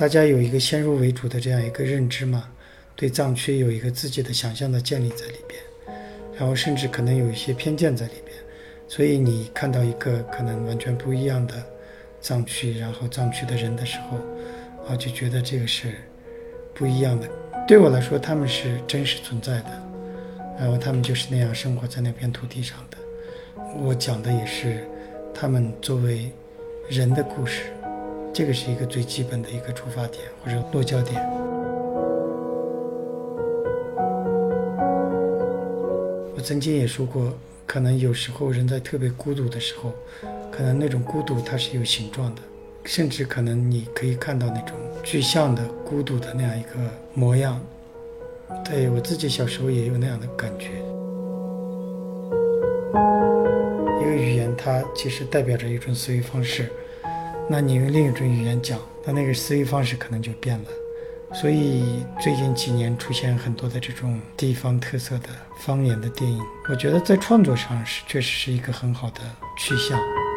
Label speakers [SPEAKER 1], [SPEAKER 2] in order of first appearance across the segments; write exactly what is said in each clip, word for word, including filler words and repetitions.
[SPEAKER 1] 大家有一个先入为主的这样一个认知嘛，对藏区有一个自己的想象的建立在里边，然后甚至可能有一些偏见在里边，所以你看到一个可能完全不一样的藏区，然后藏区的人的时候啊，就觉得这个是不一样的。对我来说他们是真实存在的，然后他们就是那样生活在那片土地上的，我讲的也是他们作为人的故事，这个是一个最基本的一个出发点或者落脚点。我曾经也说过，可能有时候人在特别孤独的时候，可能那种孤独它是有形状的，甚至可能你可以看到那种具象的孤独的那样一个模样。对，我自己小时候也有那样的感觉。一个语言它其实代表着一种思维方式，那你用另一种语言讲，那那个思维方式可能就变了。所以最近几年出现很多的这种地方特色的方言的电影，我觉得在创作上是确实是一个很好的趋向。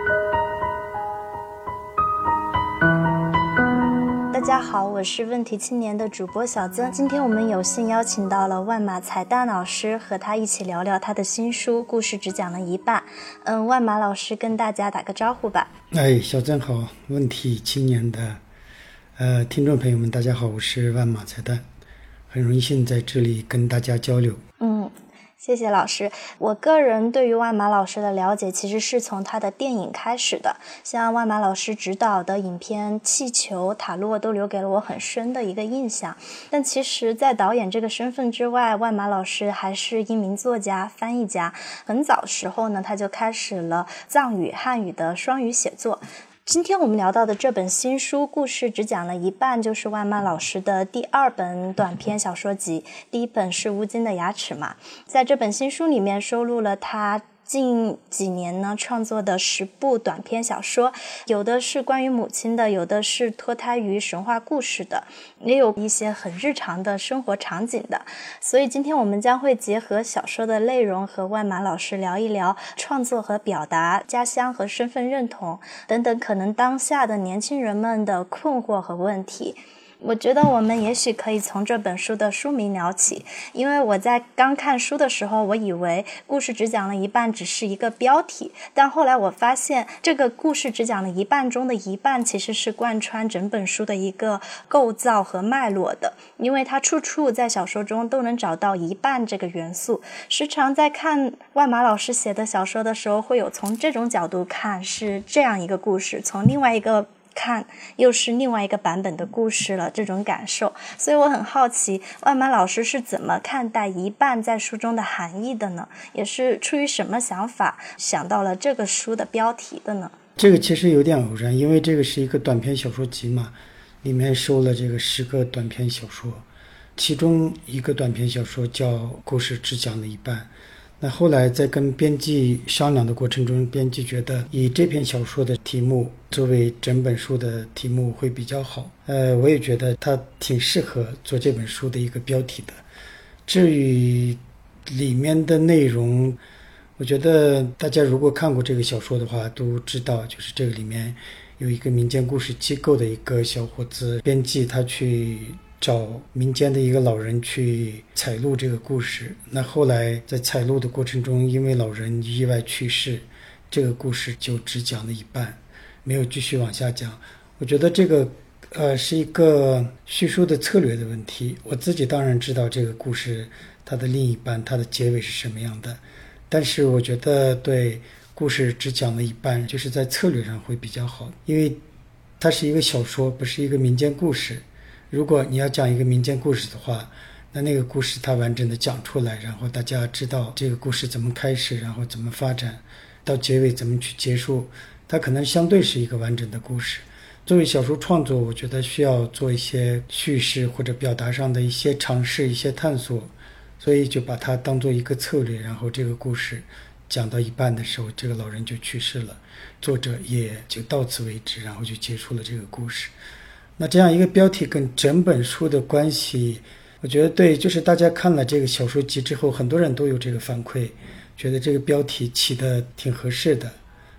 [SPEAKER 2] 大家好，我是问题青年的主播小曾。今天我们有幸邀请到了万马才旦老师，和他一起聊聊他的新书《故事只讲了一半》。嗯，万马老师跟大家打个招呼吧。
[SPEAKER 1] 哎，小曾好，问题青年的呃听众朋友们，大家好，我是万马才旦，很荣幸在这里跟大家交流。
[SPEAKER 2] 嗯。谢谢老师。我个人对于万马老师的了解其实是从他的电影开始的，像万马老师执导的影片《气球》《塔洛》都留给了我很深的一个印象。但其实在导演这个身份之外，万马老师还是一名作家、翻译家。很早时候呢，他就开始了藏语、汉语的双语写作。今天我们聊到的这本新书故事只讲了一半，就是万马老师的第二本短篇小说集，第一本是乌金的牙齿嘛。在这本新书里面收录了他近几年呢创作的十部短篇小说，有的是关于母亲的，有的是脱胎于神话故事的，也有一些很日常的生活场景的。所以今天我们将会结合小说的内容和万马老师聊一聊创作和表达、家乡和身份认同等等可能当下的年轻人们的困惑和问题。我觉得我们也许可以从这本书的书名聊起，因为我在刚看书的时候，我以为故事只讲了一半只是一个标题，但后来我发现这个故事只讲了一半中的一半其实是贯穿整本书的一个构造和脉络的，因为它处处在小说中都能找到一半这个元素。时常在看万马老师写的小说的时候，会有从这种角度看是这样一个故事，从另外一个看又是另外一个版本的故事了，这种感受。所以我很好奇万马老师是怎么看待一半在书中的含义的呢？也是出于什么想法想到了这个书的标题的呢？
[SPEAKER 1] 这个其实有点偶然，因为这个是一个短篇小说集嘛，里面收了这个十个短篇小说，其中一个短篇小说叫《故事只讲了一半》。那后来在跟编辑商量的过程中，编辑觉得以这篇小说的题目作为整本书的题目会比较好。呃，我也觉得它挺适合做这本书的一个标题的。至于里面的内容，我觉得大家如果看过这个小说的话，都知道，就是这个里面有一个民间故事机构的一个小伙子编辑，他去找民间的一个老人去采录这个故事。那后来在采录的过程中，因为老人意外去世，这个故事就只讲了一半，没有继续往下讲。我觉得这个呃是一个叙述的策略的问题。我自己当然知道这个故事它的另一半，它的结尾是什么样的，但是我觉得对故事只讲了一半，就是在策略上会比较好，因为它是一个小说，不是一个民间故事。如果你要讲一个民间故事的话，那那个故事它完整的讲出来，然后大家知道这个故事怎么开始，然后怎么发展，到结尾怎么去结束，它可能相对是一个完整的故事。作为小说创作，我觉得需要做一些叙事或者表达上的一些尝试，一些探索，所以就把它当做一个策略。然后这个故事讲到一半的时候，这个老人就去世了，作者也就到此为止，然后就结束了这个故事。那这样一个标题跟整本书的关系，我觉得对，就是大家看了这个小说集之后，很多人都有这个反馈，觉得这个标题起得挺合适的。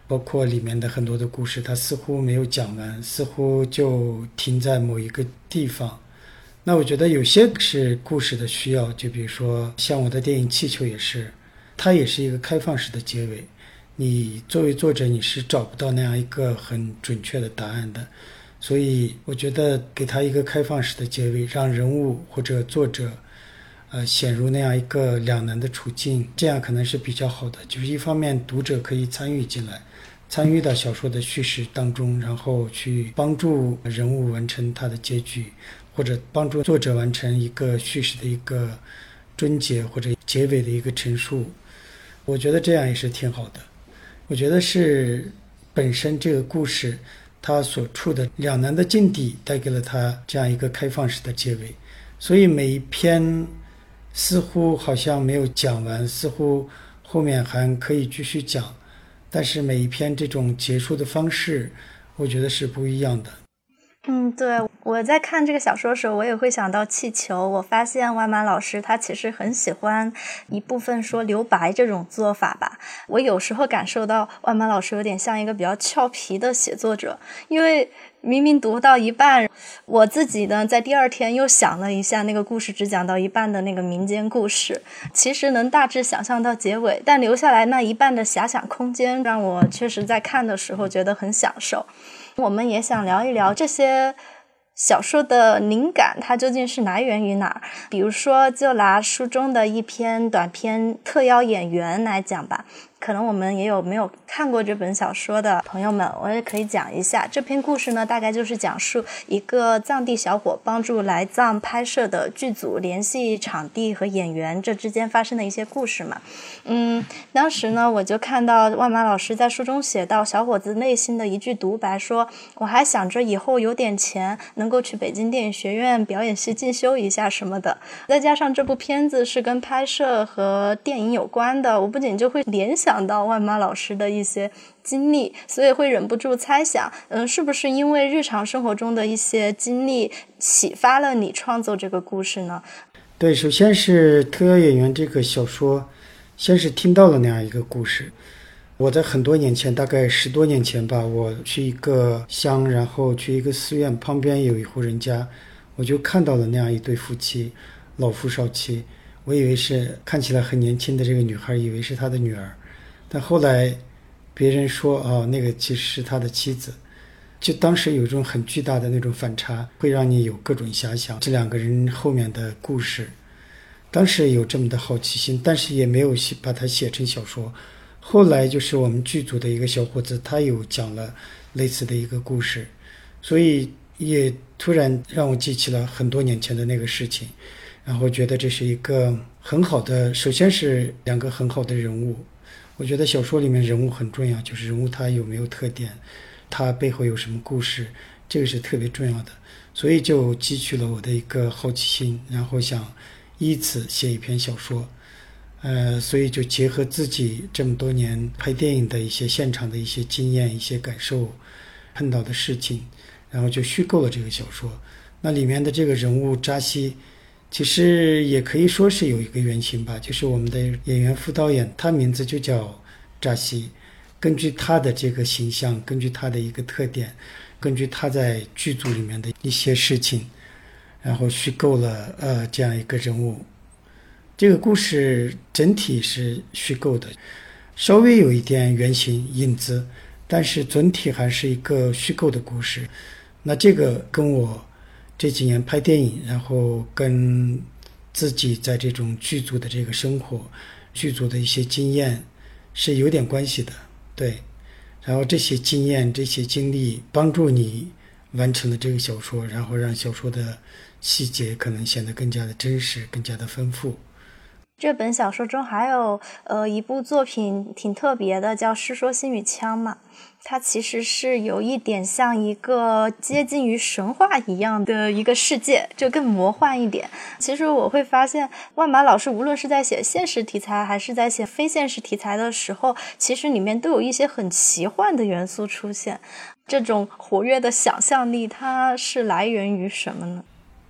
[SPEAKER 1] 包括里面的很多的故事，它似乎没有讲完，似乎就停在某一个地方。那我觉得有些是故事的需要，就比如说像我的电影《气球》也是，它也是一个开放式的结尾。你作为作者，你是找不到那样一个很准确的答案的，所以我觉得给他一个开放式的结尾，让人物或者作者呃，陷入那样一个两难的处境，这样可能是比较好的。就是一方面读者可以参与进来，参与到小说的叙事当中，然后去帮助人物完成他的结局，或者帮助作者完成一个叙事的一个终结或者结尾的一个陈述。我觉得这样也是挺好的。我觉得是本身这个故事它所处的两难的境地带给了它这样一个开放式的结尾，所以每一篇似乎好像没有讲完，似乎后面还可以继续讲，但是每一篇这种结束的方式我觉得是不一样的。
[SPEAKER 2] 嗯，对，我在看这个小说的时候，我也会想到气球。我发现万马老师他其实很喜欢一部分说留白这种做法吧。我有时候感受到万马老师有点像一个比较俏皮的写作者，因为明明读到一半，我自己呢在第二天又想了一下那个故事只讲到一半的那个民间故事，其实能大致想象到结尾，但留下来那一半的遐想空间让我确实在看的时候觉得很享受。我们也想聊一聊这些小说的灵感它究竟是来源于哪儿。比如说就拿书中的一篇短篇特邀演员来讲吧，可能我们也有没有看过这本小说的朋友们，我也可以讲一下。这篇故事呢，大概就是讲述一个藏地小伙帮助来藏拍摄的剧组联系场地和演员，这之间发生的一些故事嘛。嗯，当时呢，我就看到万马老师在书中写到小伙子内心的一句独白，说我还想着以后有点钱能够去北京电影学院表演系进修一下什么的。再加上这部片子是跟拍摄和电影有关的，我不仅就会联想到万马老师的一些经历，所以会忍不住猜想，嗯，是不是因为日常生活中的一些经历启发了你创作这个故事呢？
[SPEAKER 1] 对，首先是特邀演员这个小说，先是听到了那样一个故事。我在很多年前，大概十多年前吧，我去一个乡，然后去一个寺院，旁边有一户人家，我就看到了那样一对夫妻，老夫少妻。我以为是看起来很年轻的这个女孩，以为是他的女儿，但后来别人说哦，那个其实是他的妻子。就当时有一种很巨大的那种反差，会让你有各种遐想这两个人后面的故事。当时有这么的好奇心，但是也没有把它写成小说。后来就是我们剧组的一个小伙子，他有讲了类似的一个故事，所以也突然让我记起了很多年前的那个事情，然后觉得这是一个很好的，首先是两个很好的人物。我觉得小说里面人物很重要，就是人物他有没有特点，他背后有什么故事，这个是特别重要的。所以就激起了我的一个好奇心，然后想依此写一篇小说。呃，所以就结合自己这么多年拍电影的一些现场的一些经验、一些感受、碰到的事情，然后就虚构了这个小说。那里面的这个人物扎西，其实也可以说是有一个原型吧，就是我们的演员副导演，他名字就叫扎西。根据他的这个形象，根据他的一个特点，根据他在剧组里面的一些事情，然后虚构了呃这样一个人物。这个故事整体是虚构的，稍微有一点原型影子，但是总体还是一个虚构的故事。那这个跟我这几年拍电影，然后跟自己在这种剧组的这个生活、剧组的一些经验是有点关系的，对。然后这些经验、这些经历帮助你完成了这个小说，然后让小说的细节可能显得更加的真实，更加的丰富。
[SPEAKER 2] 这本小说中还有呃一部作品挺特别的，叫《世说新语腔》嘛。它其实是有一点像一个接近于神话一样的一个世界，就更魔幻一点。其实我会发现万马老师无论是在写现实题材还是在写非现实题材的时候，其实里面都有一些很奇幻的元素出现。这种活跃的想象力它是来源于什么呢？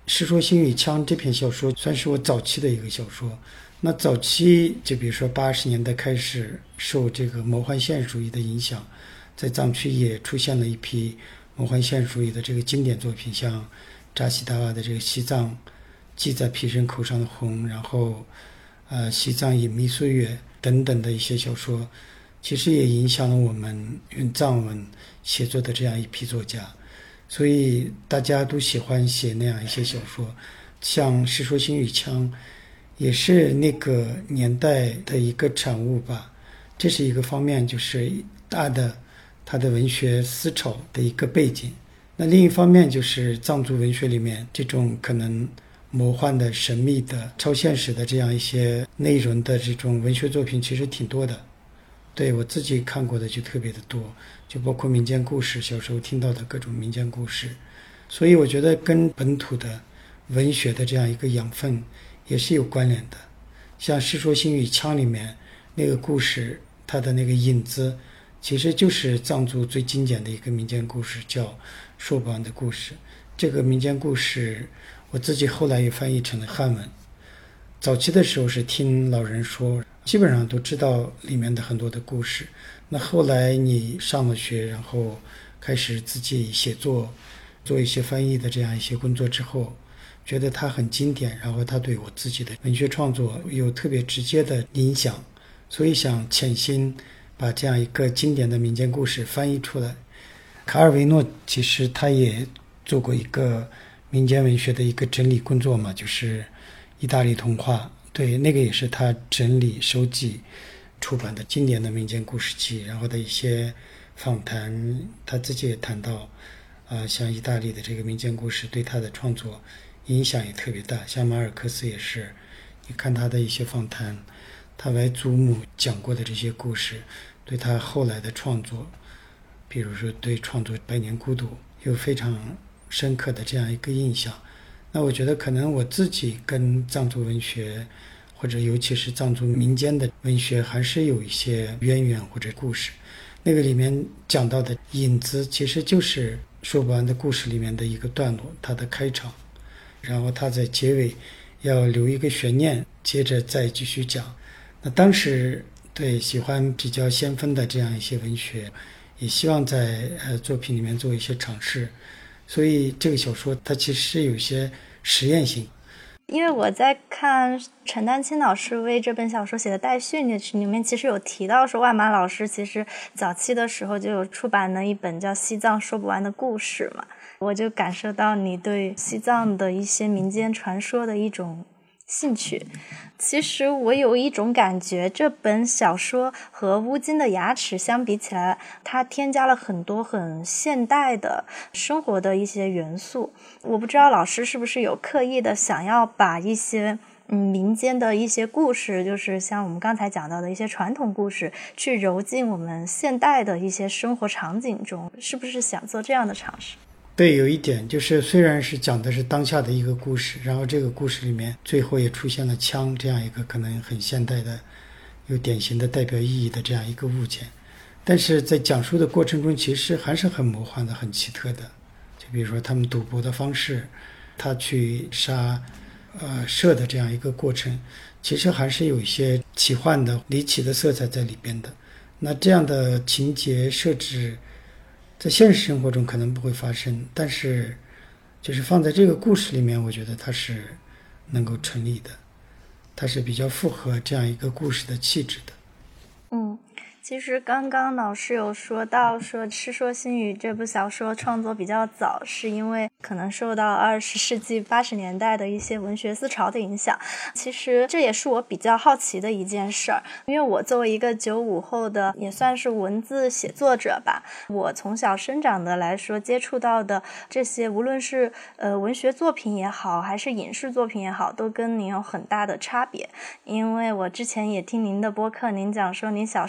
[SPEAKER 1] 世说新语腔》这篇小说算是我早期的一个小说。那早期就比如说八十年代开始，受这个魔幻现实主义的影响，在藏区也出现了一批魔幻现实主义的这个经典作品，像扎西达瓦的这个《西藏记在皮人口上的红》，然后呃《西藏隐秘岁月》等等的一些小说，其实也影响了我们用藏文写作的这样一批作家。所以大家都喜欢写那样一些小说，像《世说新语腔》也是那个年代的一个产物吧。这是一个方面，就是大的它的文学思潮的一个背景。那另一方面就是藏族文学里面这种可能魔幻的、神秘的、超现实的这样一些内容的这种文学作品其实挺多的。对，我自己看过的就特别的多，就包括民间故事，小时候听到的各种民间故事。所以我觉得跟本土的文学的这样一个养分也是有关联的。像《世说新语腔》里面那个故事，它的那个引子其实就是藏族最经典的一个民间故事，叫说不完的故事。这个民间故事我自己后来也翻译成了汉文。早期的时候是听老人说，基本上都知道里面的很多的故事。那后来你上了学，然后开始自己写作，做一些翻译的这样一些工作之后，觉得它很经典，然后它对我自己的文学创作有特别直接的影响，所以想潜心把这样一个经典的民间故事翻译出来。卡尔维诺其实他也做过一个民间文学的一个整理工作嘛，就是意大利童话，对，那个也是他整理收集出版的经典的民间故事集。然后的一些访谈，他自己也谈到呃，像意大利的这个民间故事对他的创作影响也特别大。像马尔克斯也是，你看他的一些访谈，他为祖母讲过的这些故事对他后来的创作，比如说对创作《百年孤独》有非常深刻的这样一个印象。那我觉得可能我自己跟藏族文学，或者尤其是藏族民间的文学还是有一些渊源或者故事。那个里面讲到的引子其实就是说不完的故事里面的一个段落，它的开场，然后它在结尾要留一个悬念，接着再继续讲。那当时对喜欢比较先锋的这样一些文学，也希望在呃作品里面做一些尝试，所以这个小说它其实是有些实验性。
[SPEAKER 2] 因为我在看陈丹青老师为这本小说写的待续里面，其实有提到说万马老师其实早期的时候就有出版了一本叫《西藏说不完的故事》嘛，我就感受到你对西藏的一些民间传说的一种兴趣。其实我有一种感觉，这本小说和乌金的牙齿相比起来，它添加了很多很现代的生活的一些元素。我不知道老师是不是有刻意的想要把一些嗯民间的一些故事，就是像我们刚才讲到的一些传统故事，去揉进我们现代的一些生活场景中，是不是想做这样的尝试？
[SPEAKER 1] 对，有一点就是虽然是讲的是当下的一个故事，然后这个故事里面最后也出现了枪这样一个可能很现代的有典型的代表意义的这样一个物件，但是在讲述的过程中其实还是很魔幻的，很奇特的。就比如说他们赌博的方式，他去杀呃射的这样一个过程，其实还是有一些奇幻的离奇的色彩在里边的。那这样的情节设置在现实生活中可能不会发生，但是就是放在这个故事里面，我觉得它是能够成立的，它是比较符合这样一个故事的气质的。
[SPEAKER 2] 嗯，其实刚刚老师有说到说《世说新语》这部小说创作比较早，是因为可能受到二十世纪八十年代的一些文学思潮的影响。其实这也是我比较好奇的一件事儿，因为我作为一个九五后的也算是文字写作者吧，我从小生长的来说接触到的这些无论是呃文学作品也好，还是影视作品也好，都跟您有很大的差别。因为我之前也听您的播客，您讲说您小时候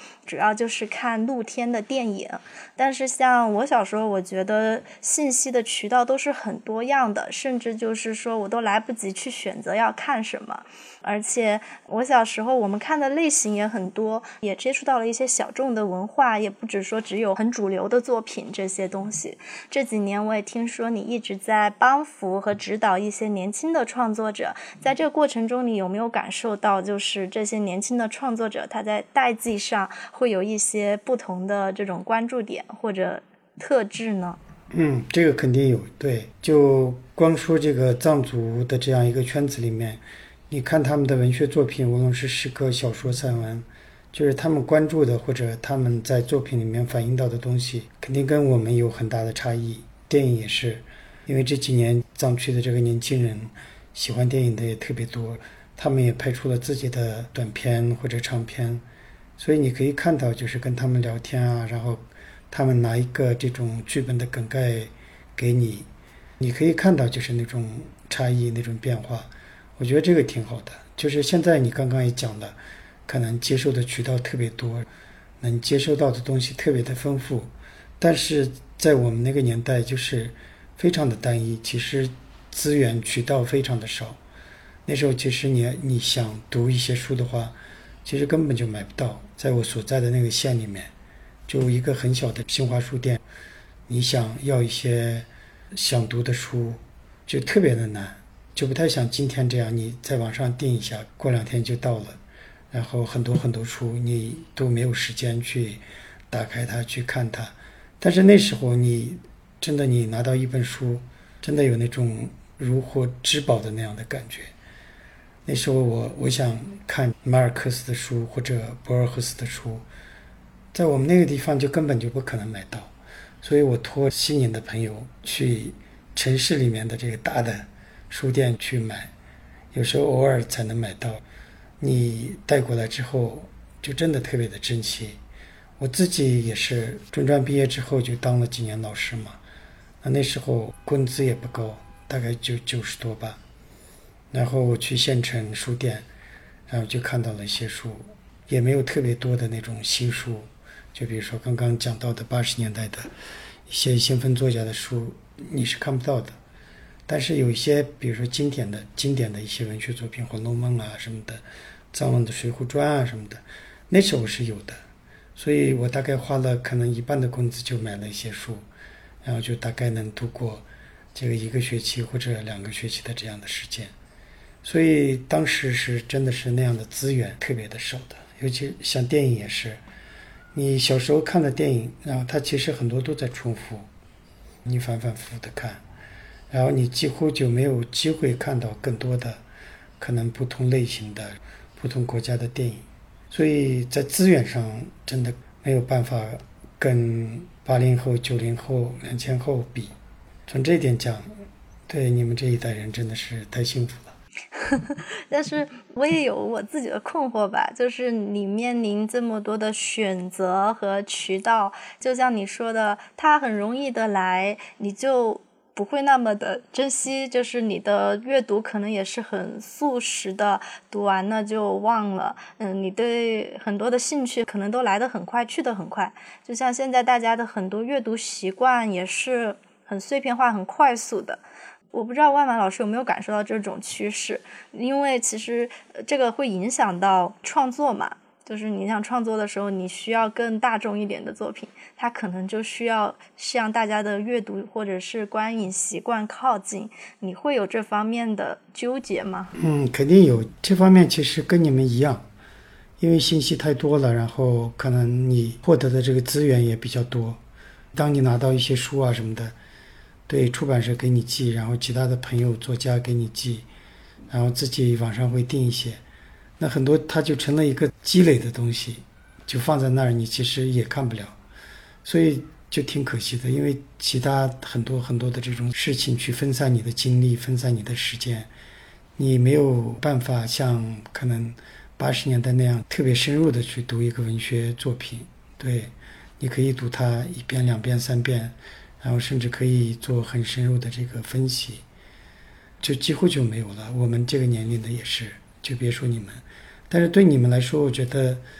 [SPEAKER 2] 主要就是看露天的电影。但是像我小时候，我觉得信息的渠道都是很多样的，甚至就是说我都来不及去选择要看什么。而且我小时候我们看的类型也很多，也接触到了一些小众的文化，也不只说只有很主流的作品这些东西。这几年我也听说你一直在帮扶和指导一些年轻的创作者，在这个过程中你有没有感受到就是这些年轻的创作者他在代际上会有一些不同的这种关注点或者特质呢？
[SPEAKER 1] 嗯，这个肯定有。对，就光说这个藏族的这样一个圈子里面，你看他们的文学作品，无论是诗歌、小说、散文，就是他们关注的或者他们在作品里面反映到的东西，肯定跟我们有很大的差异。电影也是，因为这几年藏区的这个年轻人喜欢电影的也特别多，他们也拍出了自己的短片或者长片，所以你可以看到，就是跟他们聊天啊，然后他们拿一个这种剧本的梗概给你，你可以看到就是那种差异，那种变化。我觉得这个挺好的。就是现在你刚刚也讲了，可能接受的渠道特别多，能接受到的东西特别的丰富，但是在我们那个年代就是非常的单一，其实资源渠道非常的少。那时候其实你你想读一些书的话，其实根本就买不到。在我所在的那个县里面，就一个很小的新华书店，你想要一些想读的书就特别的难，就不太像今天这样你在网上订一下，过两天就到了，然后很多很多书你都没有时间去打开它去看它。但是那时候你真的你拿到一本书，真的有那种如获至宝的那样的感觉。那时候我我想看马尔克斯的书或者博尔赫斯的书，在我们那个地方就根本就不可能买到，所以我托西宁的朋友去城市里面的这个大的书店去买，有时候偶尔才能买到。你带过来之后就真的特别的珍惜。我自己也是中专毕业之后就当了几年老师嘛，那那时候工资也不高，大概就九十多吧。然后我去县城书店，然后就看到了一些书，也没有特别多的那种新书，就比如说刚刚讲到的八十年代的一些先锋作家的书，你是看不到的。但是有一些比如说经典的经典的一些文学作品，《红楼梦》啊什么的，藏文的《水浒传》啊什么的，那时候是有的。所以我大概花了可能一半的工资就买了一些书，然后就大概能度过这个一个学期或者两个学期的这样的时间。所以当时是真的是那样的资源特别的少的，尤其像电影也是，你小时候看的电影，然后它其实很多都在重复，你反反复复的看，然后你几乎就没有机会看到更多的可能不同类型的不同国家的电影。所以在资源上真的没有办法跟八零后、九零后、两千后比。从这一点讲，对你们这一代人真的是太幸福了。
[SPEAKER 2] 但是我也有我自己的困惑吧，就是你面临这么多的选择和渠道，就像你说的，它很容易的来，你就不会那么的珍惜，就是你的阅读可能也是很速食的，读完了就忘了。嗯，你对很多的兴趣可能都来得很快，去得很快。就像现在大家的很多阅读习惯也是很碎片化、很快速的。我不知道万马老师有没有感受到这种趋势，因为其实这个会影响到创作嘛，就是你想创作的时候，你需要更大众一点的作品，它可能就需要向大家的阅读或者是观影习惯靠近。你会有这方面的纠结吗？
[SPEAKER 1] 嗯，肯定有。这方面其实跟你们一样，因为信息太多了，然后可能你获得的这个资源也比较多。当你拿到一些书啊什么的，对，出版社给你寄，然后其他的朋友作家给你寄，然后自己网上会订一些，那很多它就成了一个积累的东西，就放在那儿，你其实也看不了，所以就挺可惜的。因为其他很多很多的这种事情去分散你的精力，分散你的时间，你没有办法像可能八十年代那样特别深入的去读一个文学作品。对，你可以读它一遍两遍三遍，然后甚至可以做很深入的这个分析，就几乎就没有了。我们这个年龄的也是，就别说你们。但是对你们来说，我觉得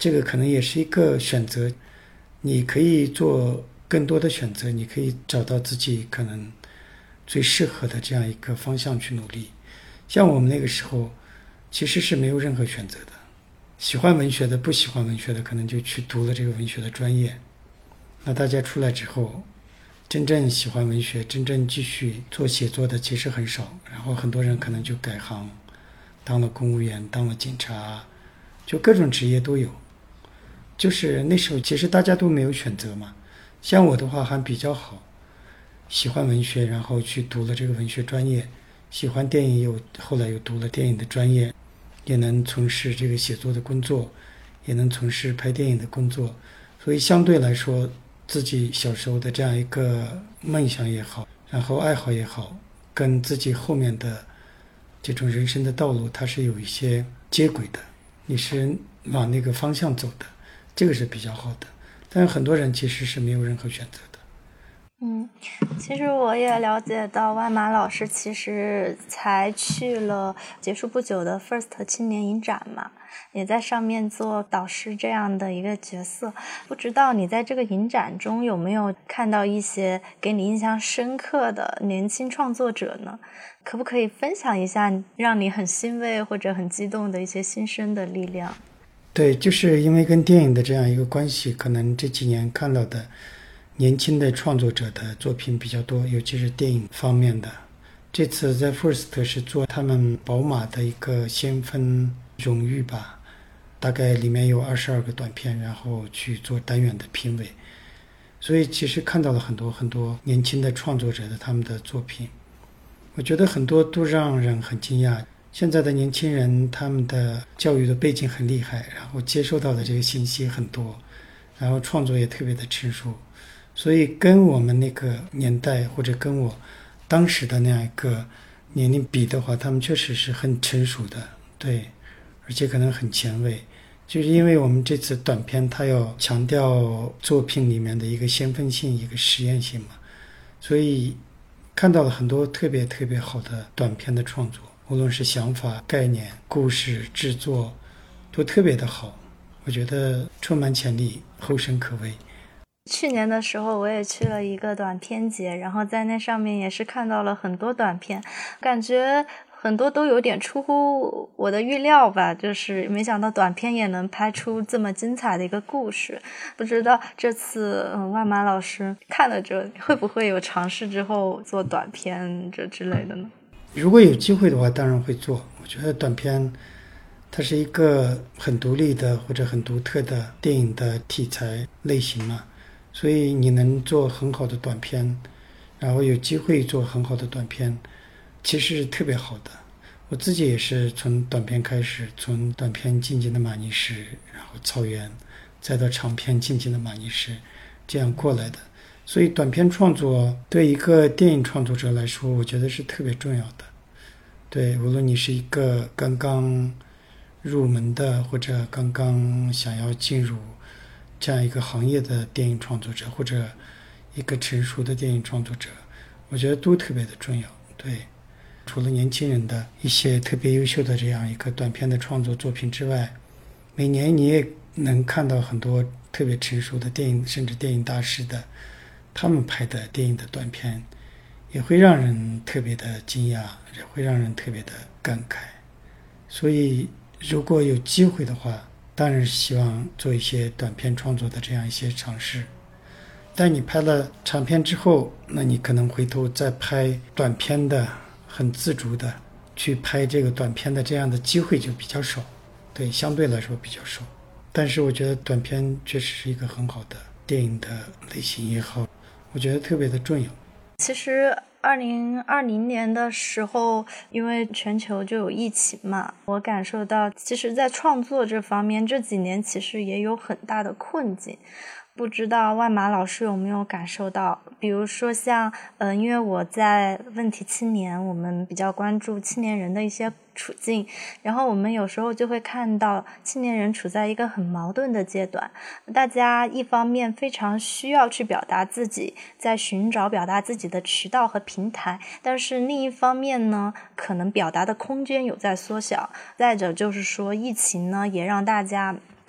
[SPEAKER 1] 这个可能也是一个选择，你可以做更多的选择，你可以找到自己可能最适合的这样一个方向去努力。像我们那个时候其实是没有任何选择的，喜欢文学的不喜欢文学的可能就去读了这个文学的专业，那大家出来之后真正喜欢文学真正继续做写作的其实很少，然后很多人可能就改行当了公务员当了警察，就各种职业都有。就是那时候其实大家都没有选择嘛，像我的话还比较好，喜欢文学然后去读了这个文学专业，喜欢电影又后来又读了电影的专业，也能从事这个写作的工作，也能从事拍电影的工作，所以相对来说自己小时候的这样一个梦想也好然后爱好也好，跟自己后面的这种人生的道路它是有一些接轨的，你是往那个方向走的，这个是比较好的。但是很多人其实是没有任何选择的。
[SPEAKER 2] 嗯，其实我也了解到万马老师其实才去了结束不久的 First 青年影展嘛，也在上面做导师这样的一个角色。不知道你在这个影展中有没有看到一些给你印象深刻的年轻创作者呢？可不可以分享一下让你很欣慰或者很激动的一些新生的力量？
[SPEAKER 1] 对，就是因为跟电影的这样一个关系，可能这几年看到的年轻的创作者的作品比较多，尤其是电影方面的。这次在 First 是做他们宝马的一个先锋荣誉吧，大概里面有二十二个短片，然后去做单元的评委。所以其实看到了很多很多年轻的创作者的他们的作品，我觉得很多都让人很惊讶。现在的年轻人他们的教育的背景很厉害，然后接受到的这个信息很多，然后创作也特别的成熟，所以跟我们那个年代或者跟我当时的那样一个年龄比的话，他们确实是很成熟的，对，而且可能很前卫。就是因为我们这次短片它要强调作品里面的一个先锋性一个实验性嘛，所以看到了很多特别特别好的短片的创作，无论是想法概念故事制作都特别的好，我觉得充满潜力后生可畏。
[SPEAKER 2] 去年的时候我也去了一个短片节，然后在那上面也是看到了很多短片，感觉很多都有点出乎我的预料吧，就是没想到短片也能拍出这么精彩的一个故事。不知道这次嗯，万马老师看了这会不会有尝试之后做短片这之类的呢？
[SPEAKER 1] 如果有机会的话当然会做，我觉得短片它是一个很独立的或者很独特的电影的题材类型嘛，所以你能做很好的短片，然后有机会做很好的短片，其实是特别好的。我自己也是从短片开始，从短片静静的马尼什，然后草原，再到长片静静的马尼什，这样过来的。所以短片创作对一个电影创作者来说，我觉得是特别重要的。对，无论你是一个刚刚入门的，或者刚刚想要进入这样一个行业的电影创作者，或者一个成熟的电影创作者，我觉得都特别的重要。对，除了年轻人的一些特别优秀的这样一个短片的创作作品之外，每年你也能看到很多特别成熟的电影甚至电影大师的他们拍的电影的短片，也会让人特别的惊讶，也会让人特别的感慨。所以如果有机会的话，当然是希望做一些短片创作的这样一些尝试。但你拍了长片之后，那你可能回头再拍短片的很自主的去拍这个短片的这样的机会就比较少，对，相对来说比较少。但是我觉得短片确实是一个很好的电影的类型也好，我觉得特别的重要。
[SPEAKER 2] 其实二零二零年的时候，因为全球就有疫情嘛，我感受到其实在创作这方面这几年其实也有很大的困境。不知道万马老师有没有感受到，比如说像呃，因为我在问题青年，我们比较关注青年人的一些处境，然后我们有时候就会看到青年人处在一个很矛盾的阶段，大家一方面非常需要去表达自己，在寻找表达自己的渠道和平台，但是另一方面呢，可能表达的空间有在缩小。再者就是说疫情呢，也让大家更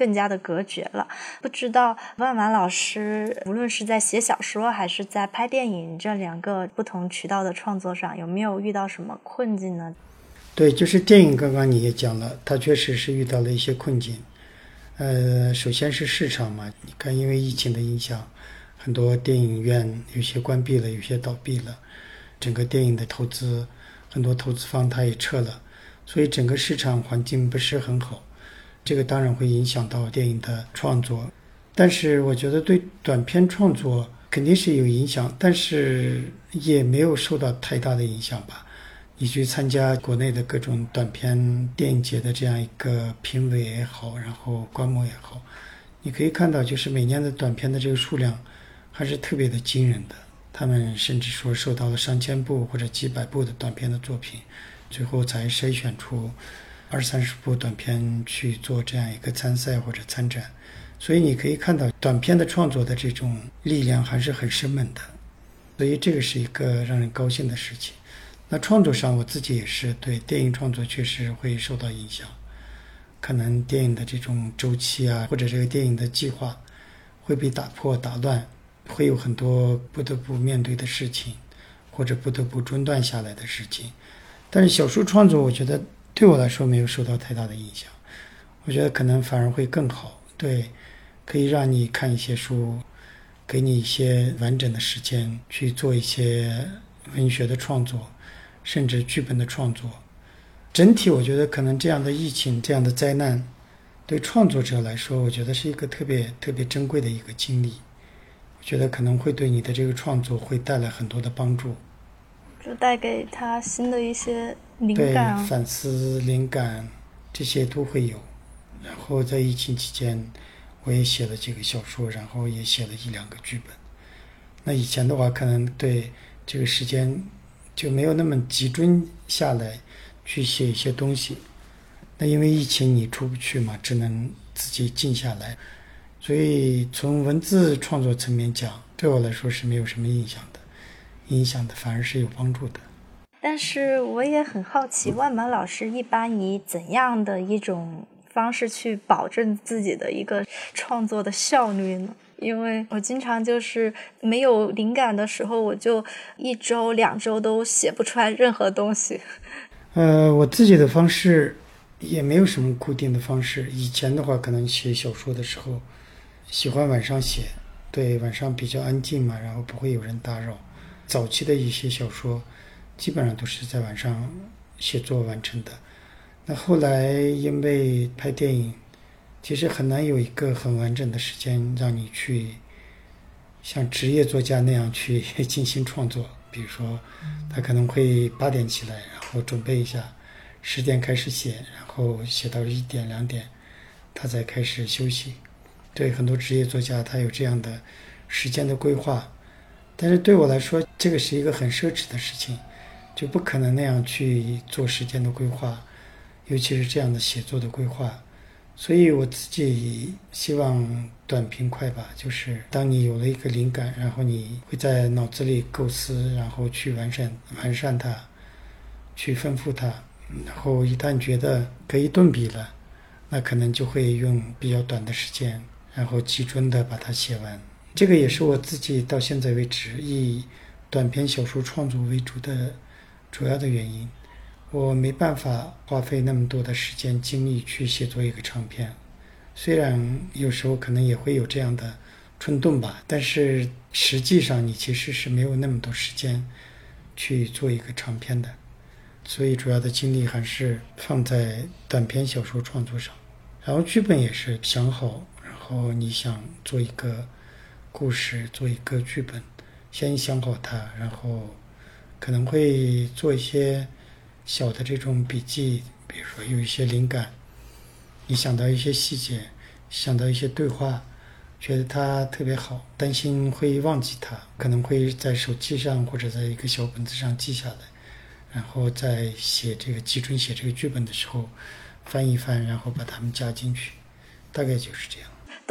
[SPEAKER 2] 更加的隔绝了。不知道万满老师无论是在写小说还是在拍电影这两个不同渠道的创作上，有没有遇到什么困境呢？
[SPEAKER 1] 对，就是电影刚刚你也讲了，它确实是遇到了一些困境。呃，首先是市场嘛，你看因为疫情的影响，很多电影院有些关闭了，有些倒闭了，整个电影的投资，很多投资方他也撤了，所以整个市场环境不是很好，这个当然会影响到电影的创作。但是我觉得对短片创作肯定是有影响，但是也没有受到太大的影响吧。你去参加国内的各种短片电影节的这样一个评委也好，然后观摩也好，你可以看到就是每年的短片的这个数量还是特别的惊人的，他们甚至说受到了上千部或者几百部的短片的作品，最后才筛选出二三十部短片去做这样一个参赛或者参展。所以你可以看到短片的创作的这种力量还是很生猛的，所以这个是一个让人高兴的事情。那创作上我自己也是对电影创作确实会受到影响，可能电影的这种周期啊，或者这个电影的计划会被打破打乱，会有很多不得不面对的事情，或者不得不中断下来的事情。但是小说创作我觉得对我来说没有受到太大的影响，我觉得可能反而会更好。对，可以让你看一些书，给你一些完整的时间去做一些文学的创作，甚至剧本的创作。整体我觉得可能这样的疫情，这样的灾难，对创作者来说我觉得是一个特别特别珍贵的一个经历，我觉得可能会对你的这个创作会带来很多的帮助，
[SPEAKER 2] 就带给他新的一些灵感，
[SPEAKER 1] 对，反思灵感这些都会有。然后在疫情期间我也写了几个小说，然后也写了一两个剧本。那以前的话可能对这个时间就没有那么集中下来去写一些东西，那因为疫情你出不去嘛，只能自己静下来，所以从文字创作层面讲，对我来说是没有什么影响的，影响的反而是有帮助的。
[SPEAKER 2] 但是我也很好奇，万满老师一般以怎样的一种方式去保证自己的一个创作的效率呢？因为我经常就是没有灵感的时候，我就一周两周都写不出来任何东西。
[SPEAKER 1] 呃，我自己的方式也没有什么固定的方式。以前的话可能写小说的时候喜欢晚上写，对，晚上比较安静嘛，然后不会有人打扰。早期的一些小说基本上都是在晚上写作完成的。那后来因为拍电影，其实很难有一个很完整的时间让你去像职业作家那样去进行创作。比如说他可能会八点起来，然后准备一下，十点开始写，然后写到一点两点他才开始休息。对，很多职业作家他有这样的时间的规划，但是对我来说这个是一个很奢侈的事情，就不可能那样去做时间的规划，尤其是这样的写作的规划。所以我自己希望短平快吧，就是当你有了一个灵感，然后你会在脑子里构思，然后去完善完善它，去丰富它，然后一旦觉得可以顿笔了，那可能就会用比较短的时间，然后集中的把它写完。这个也是我自己到现在为止以短篇小说创作为主的主要的原因。我没办法花费那么多的时间精力去写作一个长篇，虽然有时候可能也会有这样的冲动吧，但是实际上你其实是没有那么多时间去做一个长篇的，所以主要的精力还是放在短篇小说创作上。然后剧本也是想好，然后你想做一个故事，做一个剧本，先想好它，然后可能会做一些小的这种笔记，比如说有一些灵感，你想到一些细节，想到一些对话，觉得它特别好，担心会忘记它，可能会在手机上或者在一个小本子上记下来，然后在写这个集中写这个剧本的时候翻一翻，然后把它们加进去，大概就是这样。
[SPEAKER 2] 都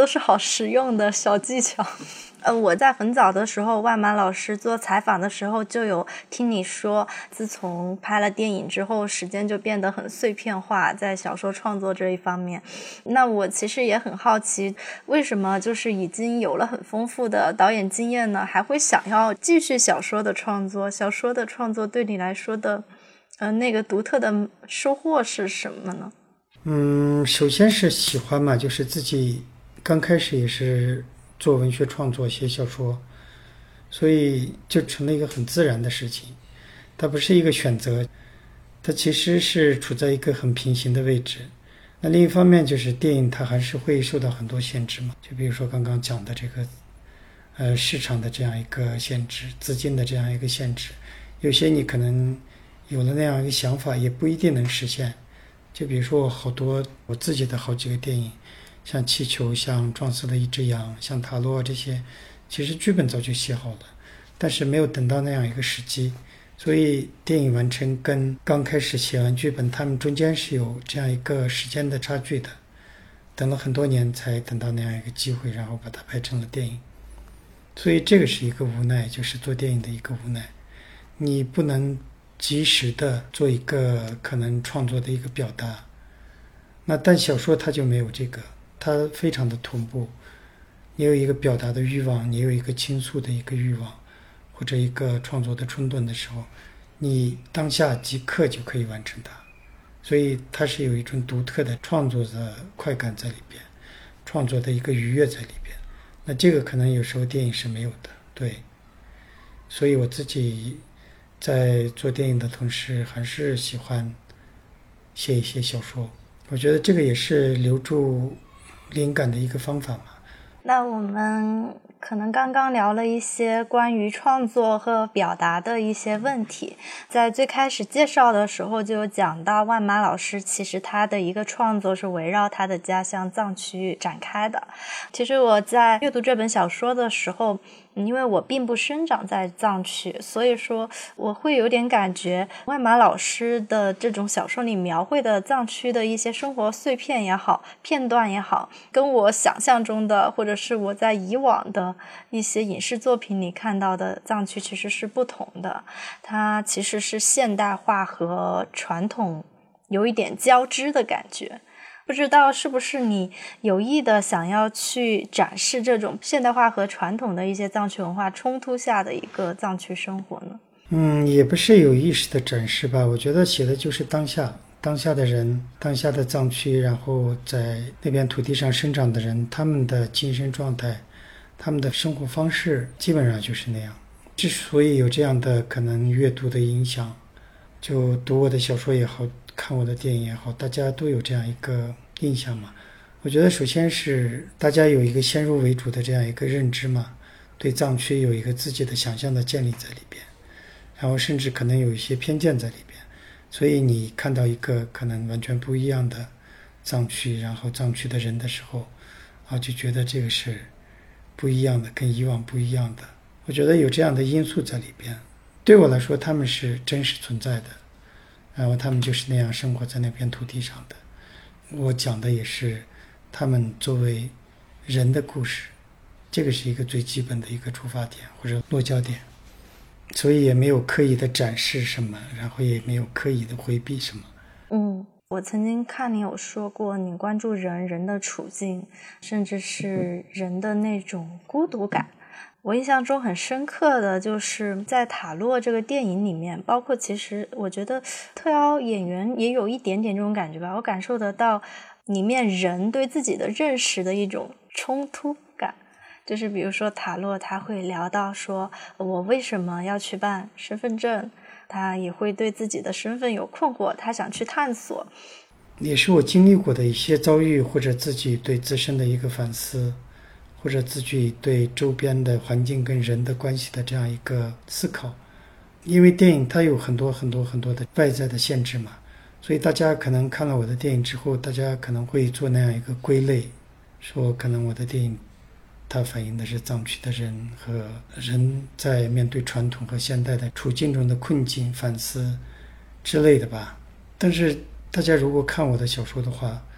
[SPEAKER 2] 都是好实用的小技巧。呃，我在很早的时候，万马老师做采访的时候就有听你说，自从拍了电影之后，时间就变得很碎片化，在小说创作这一方面。那我其实也很好奇，为什么就是已经有了很丰富的导演经验呢，还会想要继续小说的创作？小说的创作对你来说的，呃，那个独特的收获是什么呢？
[SPEAKER 1] 嗯，首先是喜欢嘛，就是自己刚开始也是做文学创作写小说，所以就成了一个很自然的事情，它不是一个选择，它其实是处在一个很平行的位置。那另一方面就是电影它还是会受到很多限制嘛，就比如说刚刚讲的这个呃市场的这样一个限制，资金的这样一个限制，有些你可能有了那样一个想法也不一定能实现。就比如说我好多我自己的好几个电影，像气球，像撞死了一只羊，像塔洛，这些其实剧本早就写好了，但是没有等到那样一个时机，所以电影完成跟刚开始写完剧本他们中间是有这样一个时间的差距的，等了很多年才等到那样一个机会，然后把它拍成了电影。所以这个是一个无奈，就是做电影的一个无奈，你不能及时的做一个可能创作的一个表达。那但小说它就没有这个，它非常的同步，你有一个表达的欲望，你有一个倾诉的一个欲望，或者一个创作的冲动的时候，你当下即刻就可以完成它，所以它是有一种独特的创作的快感在里边，创作的一个愉悦在里边。那这个可能有时候电影是没有的，对。所以我自己在做电影的同时，还是喜欢写一些小说，我觉得这个也是留住灵感的一个方法嘛。
[SPEAKER 2] 那我们可能刚刚聊了一些关于创作和表达的一些问题，在最开始介绍的时候就有讲到万马老师其实他的一个创作是围绕他的家乡藏区展开的。其实我在阅读这本小说的时候，因为我并不生长在藏区，所以说我会有点感觉万马老师的这种小说里描绘的藏区的一些生活碎片也好，片段也好，跟我想象中的或者是我在以往的一些影视作品里看到的藏区其实是不同的。它其实是现代化和传统有一点交织的感觉。不知道是不是你有意的想要去展示这种现代化和传统的一些藏区文化冲突下的一个藏区生活呢？
[SPEAKER 1] 嗯，也不是有意识的展示吧，我觉得写的就是当下，当下的人，当下的藏区，然后在那边土地上生长的人，他们的精神状态，他们的生活方式基本上就是那样。之所以有这样的可能阅读的影响，就读我的小说也好，看我的电影也好，大家都有这样一个印象嘛。我觉得首先是大家有一个先入为主的这样一个认知嘛，对藏区有一个自己的想象的建立在里边，然后甚至可能有一些偏见在里边，所以你看到一个可能完全不一样的藏区，然后藏区的人的时候啊，就觉得这个是不一样的，跟以往不一样的。我觉得有这样的因素在里边，对我来说他们是真实存在的，然后他们就是那样生活在那片土地上的。我讲的也是他们作为人的故事，这个是一个最基本的一个出发点或者落脚点，所以也没有刻意的展示什么，然后也没有刻意的回避什么。
[SPEAKER 2] 嗯，我曾经看你有说过，你关注人人的处境，甚至是人的那种孤独感。我印象中很深刻的就是在塔洛这个电影里面，包括其实我觉得特邀演员也有一点点这种感觉吧，我感受得到里面人对自己的认识的一种冲突感。就是比如说塔洛他会聊到说我为什么要去办身份证，他也会对自己的身份有困惑，他想去探索。
[SPEAKER 1] 也是我经历过的一些遭遇，或者自己对自身的一个反思，或者自己对周边的环境跟人的关系的这样一个思考。因为电影它有很多很多很多的外在的限制嘛，所以大家可能看了我的电影之后，大家可能会做那样一个归类，说可能我的电影它反映的是藏区的人和人在面对传统和现代的处境中的困境反思之类的吧。但是大家如果看我的小说的话，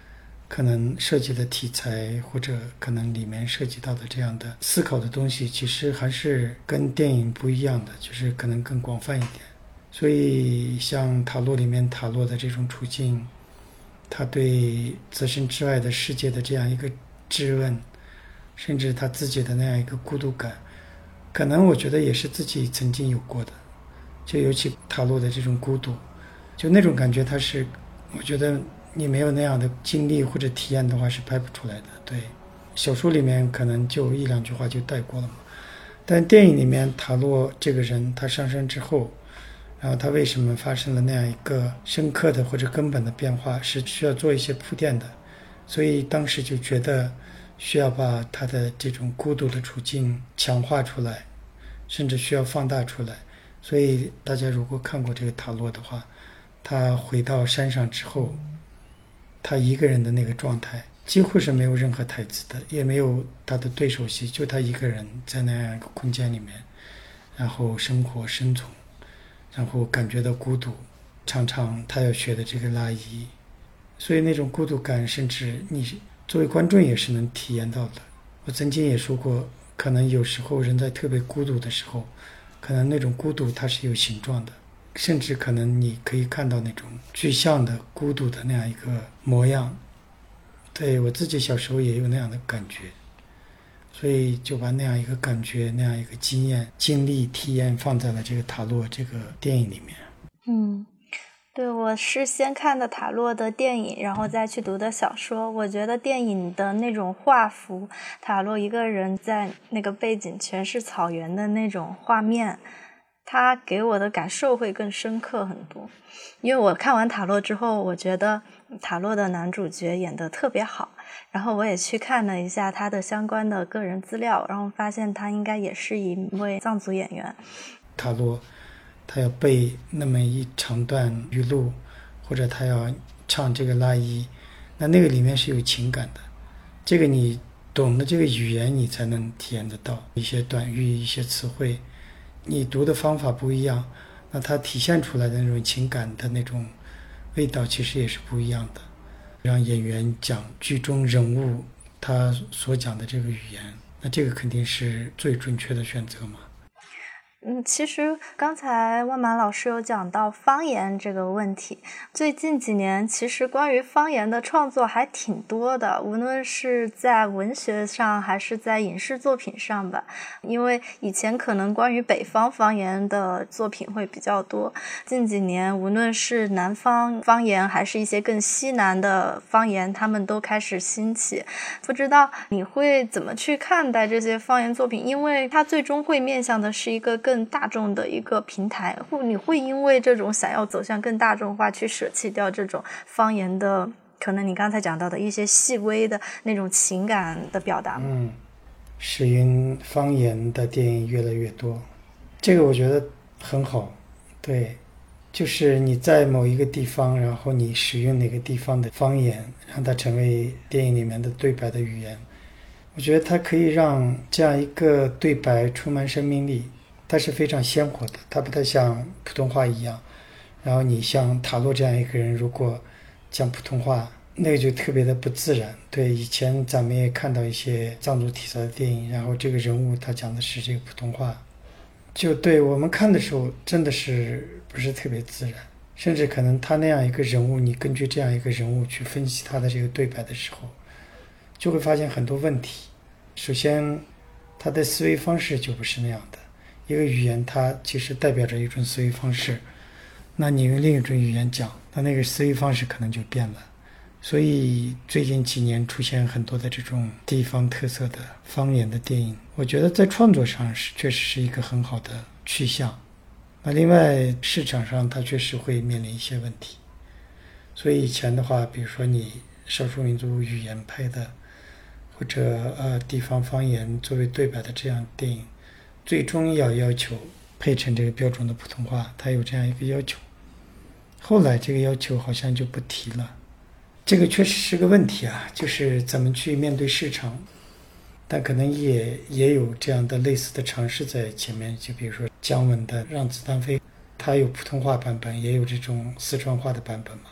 [SPEAKER 1] 可能涉及的题材或者可能里面涉及到的这样的思考的东西，其实还是跟电影不一样的，就是可能更广泛一点。所以像塔洛里面塔洛的这种处境，他对自身之外的世界的这样一个质问，甚至他自己的那样一个孤独感，可能我觉得也是自己曾经有过的。就尤其塔洛的这种孤独，就那种感觉，他是我觉得你没有那样的经历或者体验的话是拍不出来的。对，小说里面可能就一两句话就带过了嘛，但电影里面塔洛这个人他上升之后，然后他为什么发生了那样一个深刻的或者根本的变化，是需要做一些铺垫的。所以当时就觉得需要把他的这种孤独的处境强化出来，甚至需要放大出来。所以大家如果看过这个塔洛的话，他回到山上之后，他一个人的那个状态几乎是没有任何台词的，也没有他的对手戏，就他一个人在那样一个空间里面，然后生活生存，然后感觉到孤独，常常他要学的这个拉伊，所以那种孤独感甚至你作为观众也是能体验到的。我曾经也说过，可能有时候人在特别孤独的时候，可能那种孤独它是有形状的，甚至可能你可以看到那种具象的孤独的那样一个模样。对，我自己小时候也有那样的感觉，所以就把那样一个感觉，那样一个经验经历体验放在了这个塔洛这个电影里面。
[SPEAKER 2] 嗯，对，我是先看的塔洛的电影，然后再去读的小说。我觉得电影的那种画幅，塔洛一个人在那个背景全是草原的那种画面，他给我的感受会更深刻很多。因为我看完塔洛之后，我觉得塔洛的男主角演得特别好，然后我也去看了一下他的相关的个人资料，然后发现他应该也是一位藏族演员。
[SPEAKER 1] 塔洛他要背那么一长段语录，或者他要唱这个拉伊，那那个里面是有情感的，这个你懂的这个语言你才能体验得到，一些短语一些词汇你读的方法不一样，那它体现出来的那种情感的那种味道其实也是不一样的。让演员讲剧中人物他所讲的这个语言，那这个肯定是最准确的选择嘛。
[SPEAKER 2] 嗯，其实刚才万马老师有讲到方言这个问题，最近几年其实关于方言的创作还挺多的，无论是在文学上还是在影视作品上吧。因为以前可能关于北方方言的作品会比较多，近几年无论是南方方言还是一些更西南的方言，他们都开始兴起。不知道你会怎么去看待这些方言作品，因为它最终会面向的是一个更更大众的一个平台，或你会因为这种想要走向更大众化去舍弃掉这种方言的可能你刚才讲到的一些细微的那种情感的表达吗？
[SPEAKER 1] 嗯，使用方言的电影越来越多，这个我觉得很好。对，就是你在某一个地方，然后你使用哪个地方的方言，让它成为电影里面的对白的语言，我觉得它可以让这样一个对白充满生命力，它是非常鲜活的，它不太像普通话一样。然后你像塔洛这样一个人，如果讲普通话，那个就特别的不自然。对，以前咱们也看到一些藏族题材的电影，然后这个人物他讲的是这个普通话，就对我们看的时候真的是不是特别自然，甚至可能他那样一个人物，你根据这样一个人物去分析他的这个对白的时候，就会发现很多问题。首先他的思维方式就不是那样的，一个语言它其实代表着一种思维方式，那你用另一种语言讲，那那个思维方式可能就变了。所以最近几年出现很多的这种地方特色的方言的电影，我觉得在创作上是确实是一个很好的去向。那另外市场上它确实会面临一些问题，所以以前的话，比如说你少数民族语言拍的，或者呃地方方言作为对白的这样电影，最终要要求配成这个标准的普通话，它有这样一个要求。后来这个要求好像就不提了，这个确实是个问题啊，就是怎么去面对市场。但可能也也有这样的类似的尝试在前面，就比如说姜文的《让子弹飞》，它有普通话版本，也有这种四川话的版本嘛。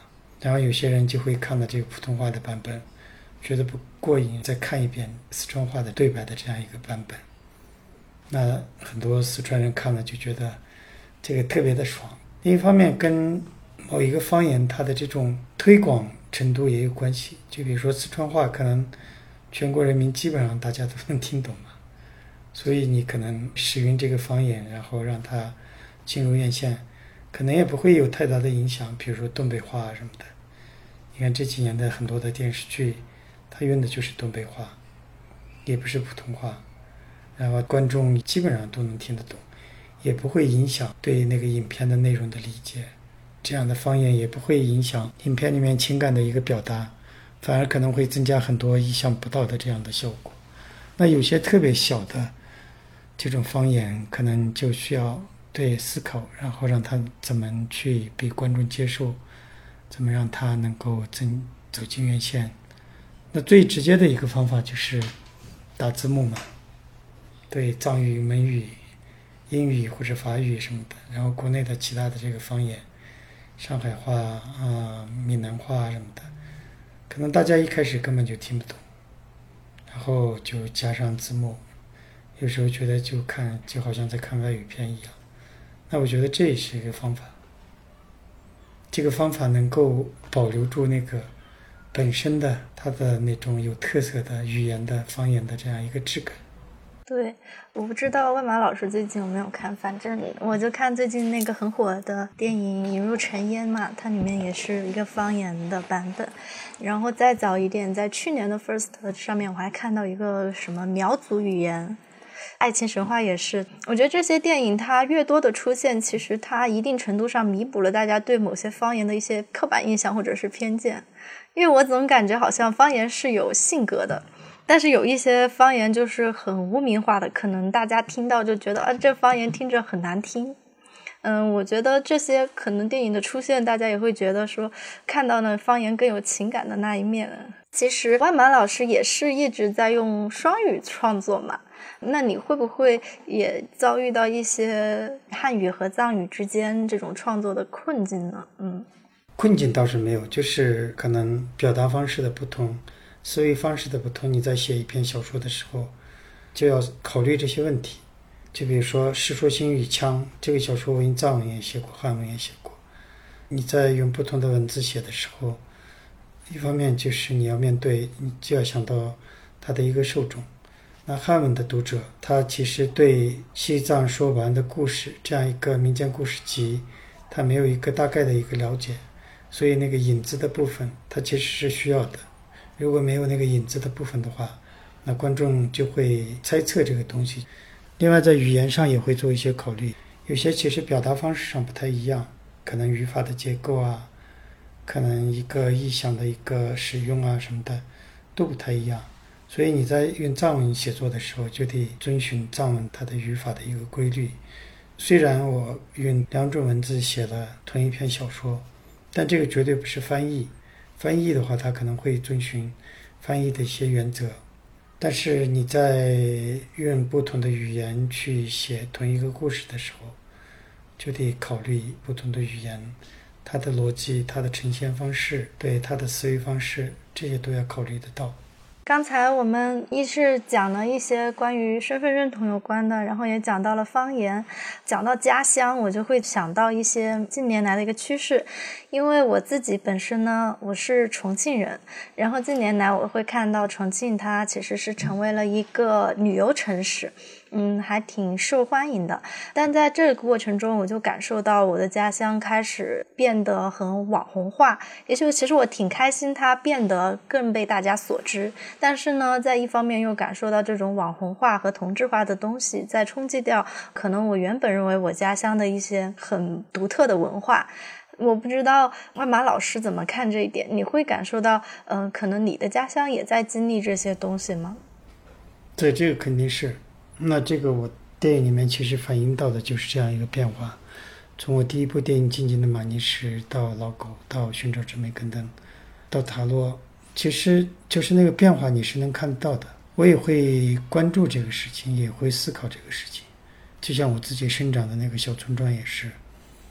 [SPEAKER 1] 然后有些人就会看了这个普通话的版本，觉得不过瘾，再看一遍四川话的对白的这样一个版本。那很多四川人看了就觉得这个特别的爽。另一方面跟某一个方言它的这种推广程度也有关系，就比如说四川话可能全国人民基本上大家都能听懂嘛，所以你可能使用这个方言，然后让它进入院线，可能也不会有太大的影响。比如说东北话什么的，你看这几年的很多的电视剧，它用的就是东北话，也不是普通话，然后观众基本上都能听得懂，也不会影响对那个影片的内容的理解。这样的方言也不会影响影片里面情感的一个表达，反而可能会增加很多意想不到的这样的效果。那有些特别小的这种方言，可能就需要对思考，然后让它怎么去被观众接受，怎么让它能够真走进院线。那最直接的一个方法就是打字幕嘛，对藏语、蒙语、英语或者法语什么的，然后国内的其他的这个方言，上海话啊、闽南话什么的，可能大家一开始根本就听不懂，然后就加上字幕，有时候觉得就看就好像在看外语片一样。那我觉得这也是一个方法，这个方法能够保留住那个本身的它的那种有特色的语言的方言的这样一个质感。
[SPEAKER 2] 对，我不知道万马老师最近有没有看，反正我就看最近那个很火的电影《引入尘烟》嘛，它里面也是一个方言的版本。然后再早一点，在去年的 First 上面我还看到一个什么苗族语言，爱情神话也是。我觉得这些电影它越多的出现，其实它一定程度上弥补了大家对某些方言的一些刻板印象或者是偏见，因为我总感觉好像方言是有性格的，但是有一些方言就是很污名化的，可能大家听到就觉得啊，这方言听着很难听。嗯，我觉得这些可能电影的出现，大家也会觉得说看到呢方言更有情感的那一面。其实万马老师也是一直在用双语创作嘛，那你会不会也遭遇到一些汉语和藏语之间这种创作的困境呢？嗯，
[SPEAKER 1] 困境倒是没有，就是可能表达方式的不同，思维方式的不同，你在写一篇小说的时候就要考虑这些问题。就比如说《世说新语腔》这个小说，我用藏文也写过，汉文也写过。你在用不同的文字写的时候，一方面就是你要面对，你就要想到他的一个受众。那汉文的读者，他其实对西藏说不完的故事这样一个民间故事集，他没有一个大概的一个了解，所以那个引子的部分，他其实是需要的。如果没有那个引子的部分的话，那观众就会猜测这个东西。另外在语言上也会做一些考虑，有些其实表达方式上不太一样，可能语法的结构啊，可能一个意象的一个使用啊什么的都不太一样，所以你在用藏文写作的时候就得遵循藏文它的语法的一个规律。虽然我用两种文字写了同一篇小说，但这个绝对不是翻译，翻译的话它可能会遵循翻译的一些原则，但是你在用不同的语言去写同一个故事的时候，就得考虑不同的语言，它的逻辑、它的呈现方式，对它的思维方式，这些都要考虑得到。
[SPEAKER 2] 刚才我们一是讲了一些关于身份认同有关的，然后也讲到了方言，讲到家乡，我就会想到一些近年来的一个趋势。因为我自己本身呢，我是重庆人，然后近年来我会看到重庆它其实是成为了一个旅游城市，嗯，还挺受欢迎的。但在这个过程中，我就感受到我的家乡开始变得很网红化，也就其实我挺开心它变得更被大家所知，但是呢，在一方面又感受到这种网红化和同质化的东西在冲击掉可能我原本认为我家乡的一些很独特的文化。我不知道万马老师怎么看这一点，你会感受到嗯、呃，可能你的家乡也在经历这些东西吗？
[SPEAKER 1] 对，这个肯定是。那这个我电影里面其实反映到的就是这样一个变化，从我第一部电影《静静的马尼石》到老狗，到寻找真美根登，到塔洛，其实就是那个变化你是能看到的。我也会关注这个事情，也会思考这个事情，就像我自己生长的那个小村庄也是，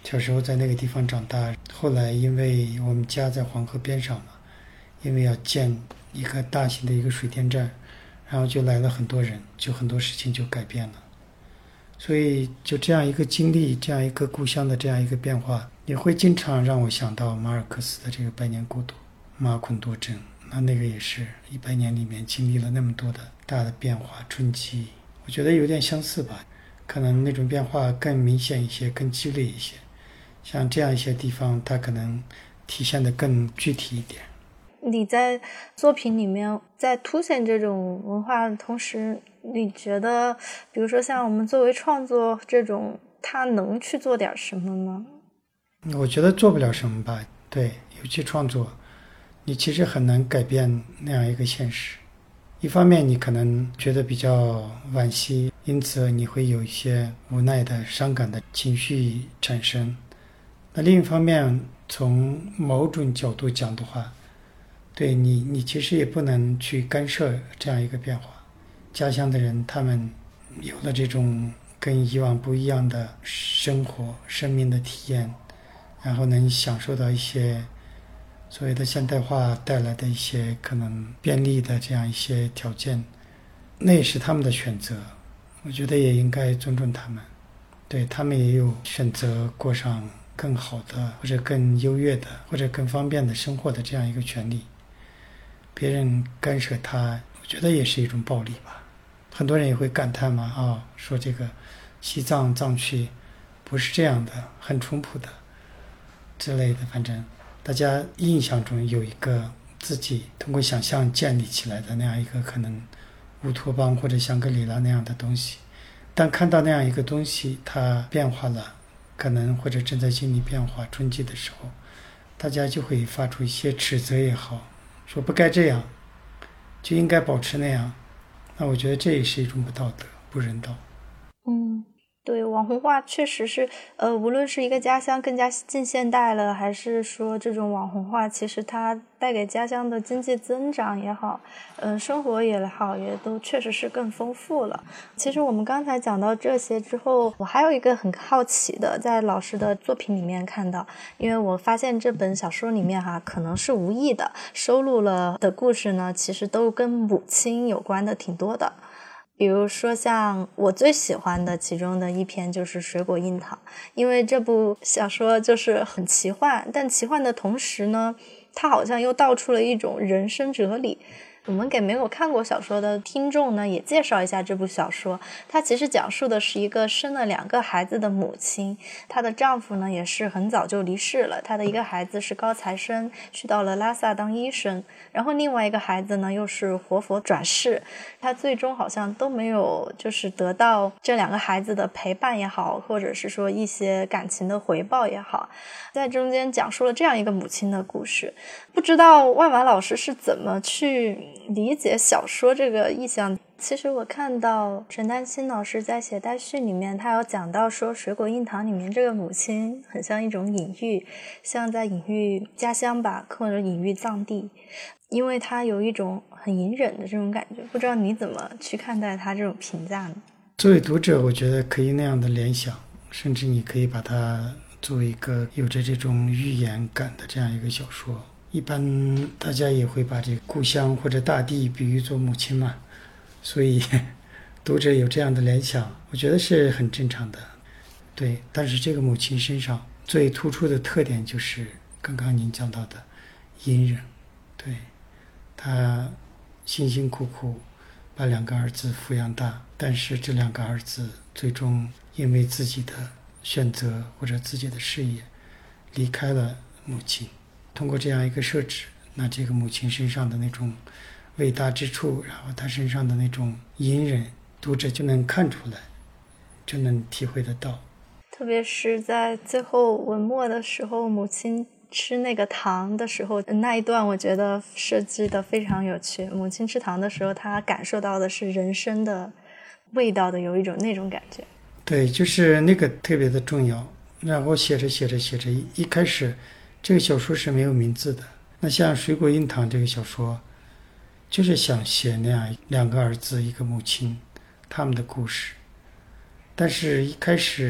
[SPEAKER 1] 小时候在那个地方长大，后来因为我们家在黄河边上嘛，因为要建一个大型的一个水电站，然后就来了很多人，就很多事情就改变了。所以就这样一个经历，这样一个故乡的这样一个变化，也会经常让我想到马尔克斯的这个《百年孤独》，马孔多镇，那那个也是一百年里面经历了那么多的大的变化冲击，我觉得有点相似吧，可能那种变化更明显一些，更激烈一些。像这样一些地方，它可能体现得更具体一点。
[SPEAKER 2] 你在作品里面在凸显这种文化的同时，你觉得比如说像我们作为创作这种，它能去做点什么吗？
[SPEAKER 1] 我觉得做不了什么吧，对，尤其创作你其实很难改变那样一个现实。一方面你可能觉得比较惋惜，因此你会有一些无奈的伤感的情绪产生。那另一方面从某种角度讲的话，对你你其实也不能去干涉这样一个变化。家乡的人他们有了这种跟以往不一样的生活生命的体验，然后能享受到一些所谓的现代化带来的一些可能便利的这样一些条件，那也是他们的选择，我觉得也应该尊重他们。对，他们也有选择过上更好的或者更优越的或者更方便的生活的这样一个权利。别人干涉他，我觉得也是一种暴力吧。很多人也会感叹嘛，啊、哦，说这个西藏藏区不是这样的，很淳朴的之类的。反正大家印象中有一个自己通过想象建立起来的那样一个可能乌托邦或者香格里拉那样的东西，但看到那样一个东西它变化了，可能或者正在经历变化冲击的时候，大家就会发出一些指责也好，说不该这样，就应该保持那样。那我觉得这也是一种不道德不人道。
[SPEAKER 2] 嗯，对，网红化确实是呃，无论是一个家乡更加近现代了，还是说这种网红化其实它带给家乡的经济增长也好，嗯、呃，生活也好，也都确实是更丰富了。其实我们刚才讲到这些之后，我还有一个很好奇的，在老师的作品里面看到，因为我发现这本小说里面哈，可能是无意的收录了的故事呢，其实都跟母亲有关的挺多的。比如说像我最喜欢的其中的一篇就是《水果樱桃》，因为这部小说就是很奇幻，但奇幻的同时呢，它好像又道出了一种人生哲理。我们给没有看过小说的听众呢，也介绍一下这部小说。它其实讲述的是一个生了两个孩子的母亲，她的丈夫呢也是很早就离世了，她的一个孩子是高材生，去到了拉萨当医生，然后另外一个孩子呢又是活佛转世，她最终好像都没有就是得到这两个孩子的陪伴也好，或者是说一些感情的回报也好，在中间讲述了这样一个母亲的故事。不知道万婉老师是怎么去理解小说这个意象。其实我看到陈丹青老师在写待续里面，他有讲到说水果樱桃里面这个母亲很像一种隐喻，像在隐喻家乡吧，或者隐喻藏地，因为他有一种很隐忍的这种感觉。不知道你怎么去看待他这种评价呢？
[SPEAKER 1] 作为读者，我觉得可以那样的联想，甚至你可以把它作为一个有着这种寓言感的这样一个小说。一般大家也会把这个故乡或者大地比喻作母亲嘛，所以读者有这样的联想，我觉得是很正常的。对，但是这个母亲身上最突出的特点就是刚刚您讲到的隐忍。对，她辛辛苦苦把两个儿子抚养大，但是这两个儿子最终因为自己的选择或者自己的事业离开了母亲。通过这样一个设置，那这个母亲身上的那种伟大之处，然后她身上的那种隐忍，读者就能看出来，就能体会得到。
[SPEAKER 2] 特别是在最后文末的时候，母亲吃那个糖的时候，那一段我觉得设计的非常有趣。母亲吃糖的时候，她感受到的是人生的味道的有一种那种感觉。
[SPEAKER 1] 对，就是那个特别的重要。然后写着写着写着，一开始这个小说是没有名字的。那像《水果樱桃》这个小说，就是想写那样两个儿子一个母亲他们的故事。但是一开始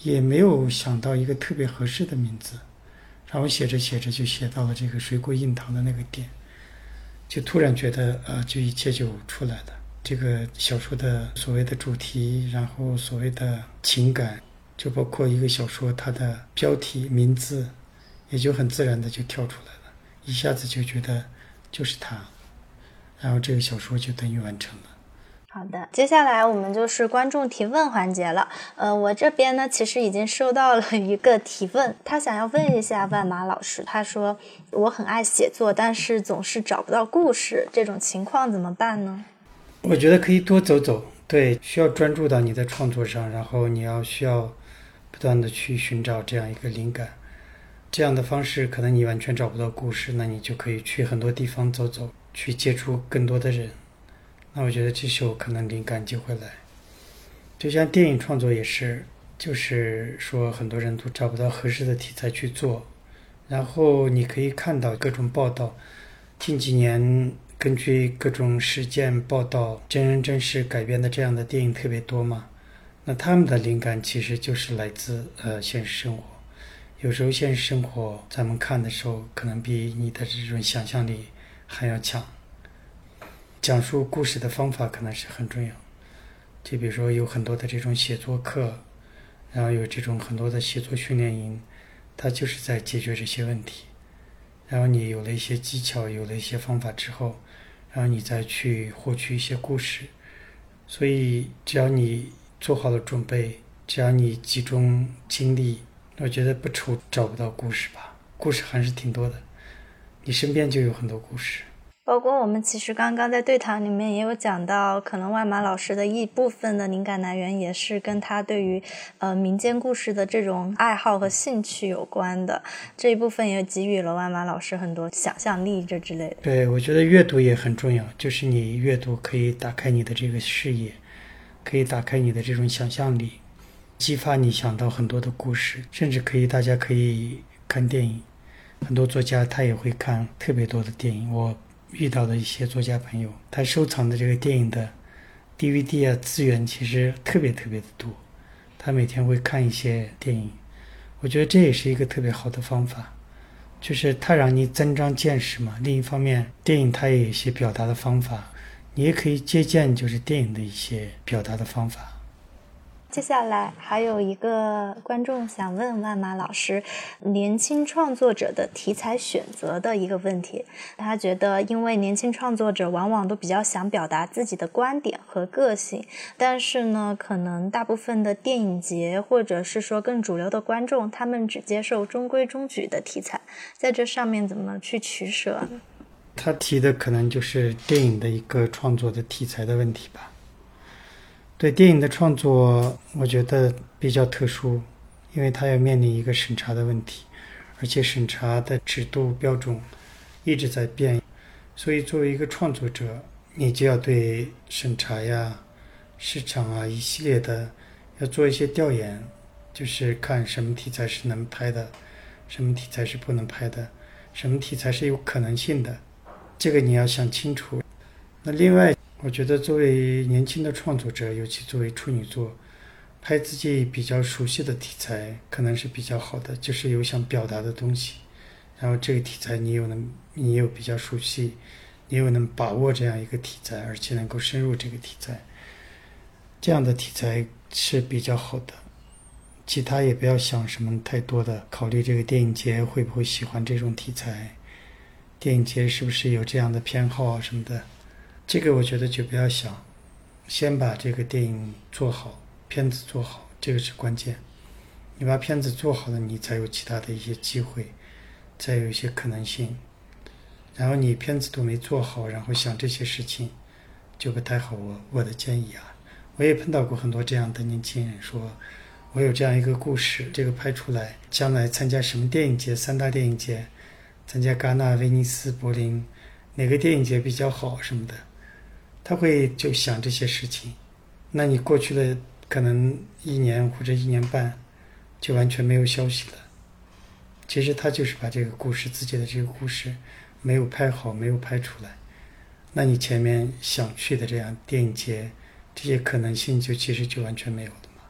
[SPEAKER 1] 也没有想到一个特别合适的名字，然后写着写着就写到了这个水果硬糖的那个点，就突然觉得呃，就一切就出来了。这个小说的所谓的主题，然后所谓的情感，就包括一个小说它的标题名字，也就很自然的就跳出来了，一下子就觉得就是它，然后这个小说就等于完成了。
[SPEAKER 2] 好的，接下来我们就是观众提问环节了。呃，我这边呢其实已经收到了一个提问，他想要问一下万马老师，他说我很爱写作，但是总是找不到故事，这种情况怎么办呢？
[SPEAKER 1] 我觉得可以多走走，对，需要专注到你的创作上，然后你要需要不断的去寻找这样一个灵感。这样的方式可能你完全找不到故事，那你就可以去很多地方走走，去接触更多的人，那我觉得这时候可能灵感就会来。就像电影创作也是，就是说很多人都找不到合适的题材去做，然后你可以看到各种报道，近几年根据各种事件报道真人真事改编的这样的电影特别多嘛，那他们的灵感其实就是来自呃现实生活。有时候现实生活咱们看的时候可能比你的这种想象力还要强。讲述故事的方法可能是很重要，就比如说有很多的这种写作课，然后有这种很多的写作训练营，它就是在解决这些问题。然后你有了一些技巧，有了一些方法之后，然后你再去获取一些故事。所以只要你做好了准备，只要你集中精力，我觉得不愁找不到故事吧，故事还是挺多的，你身边就有很多故事。
[SPEAKER 2] 包括我们其实刚刚在对谈里面也有讲到，可能万马老师的一部分的灵感来源也是跟他对于呃民间故事的这种爱好和兴趣有关的，这一部分也给予了万马老师很多想象力这之类的。
[SPEAKER 1] 对，我觉得阅读也很重要，就是你阅读可以打开你的这个视野，可以打开你的这种想象力，激发你想到很多的故事，甚至可以大家可以看电影，很多作家他也会看特别多的电影。我遇到的一些作家朋友，他收藏的这个电影的 D V D 啊资源其实特别特别的多，他每天会看一些电影，我觉得这也是一个特别好的方法，就是它让你增长见识嘛。另一方面，电影它也有一些表达的方法，你也可以借鉴就是电影的一些表达的方法。
[SPEAKER 2] 接下来还有一个观众想问万马老师年轻创作者的题材选择的一个问题，他觉得因为年轻创作者往往都比较想表达自己的观点和个性，但是呢可能大部分的电影节或者是说更主流的观众他们只接受中规中矩的题材，在这上面怎么去取舍呢？
[SPEAKER 1] 他提的可能就是电影的一个创作的题材的问题吧。对，电影的创作我觉得比较特殊，因为它要面临一个审查的问题，而且审查的制度标准一直在变，所以作为一个创作者，你就要对审查呀、市场啊一系列的要做一些调研，就是看什么题材是能拍的，什么题材是不能拍的，什么题材是有可能性的，这个你要想清楚。那另外我觉得作为年轻的创作者，尤其作为处女座，拍自己比较熟悉的题材可能是比较好的，就是有想表达的东西，然后这个题材你有能你有比较熟悉，你有能把握这样一个题材，而且能够深入这个题材，这样的题材是比较好的。其他也不要想什么太多的，考虑这个电影节会不会喜欢这种题材，电影节是不是有这样的偏好啊什么的，这个我觉得就不要想，先把这个电影做好，片子做好，这个是关键。你把片子做好了，你才有其他的一些机会，再有一些可能性。然后你片子都没做好，然后想这些事情就不太好。我我的建议啊，我也碰到过很多这样的年轻人，说我有这样一个故事，这个拍出来将来参加什么电影节，三大电影节，参加戛纳、威尼斯、柏林，哪个电影节比较好什么的，他会就想这些事情。那你过去了可能一年或者一年半就完全没有消息了，其实他就是把这个故事自己的这个故事没有拍好，没有拍出来，那你前面想去的这样电影节这些可能性就其实就完全没有的嘛。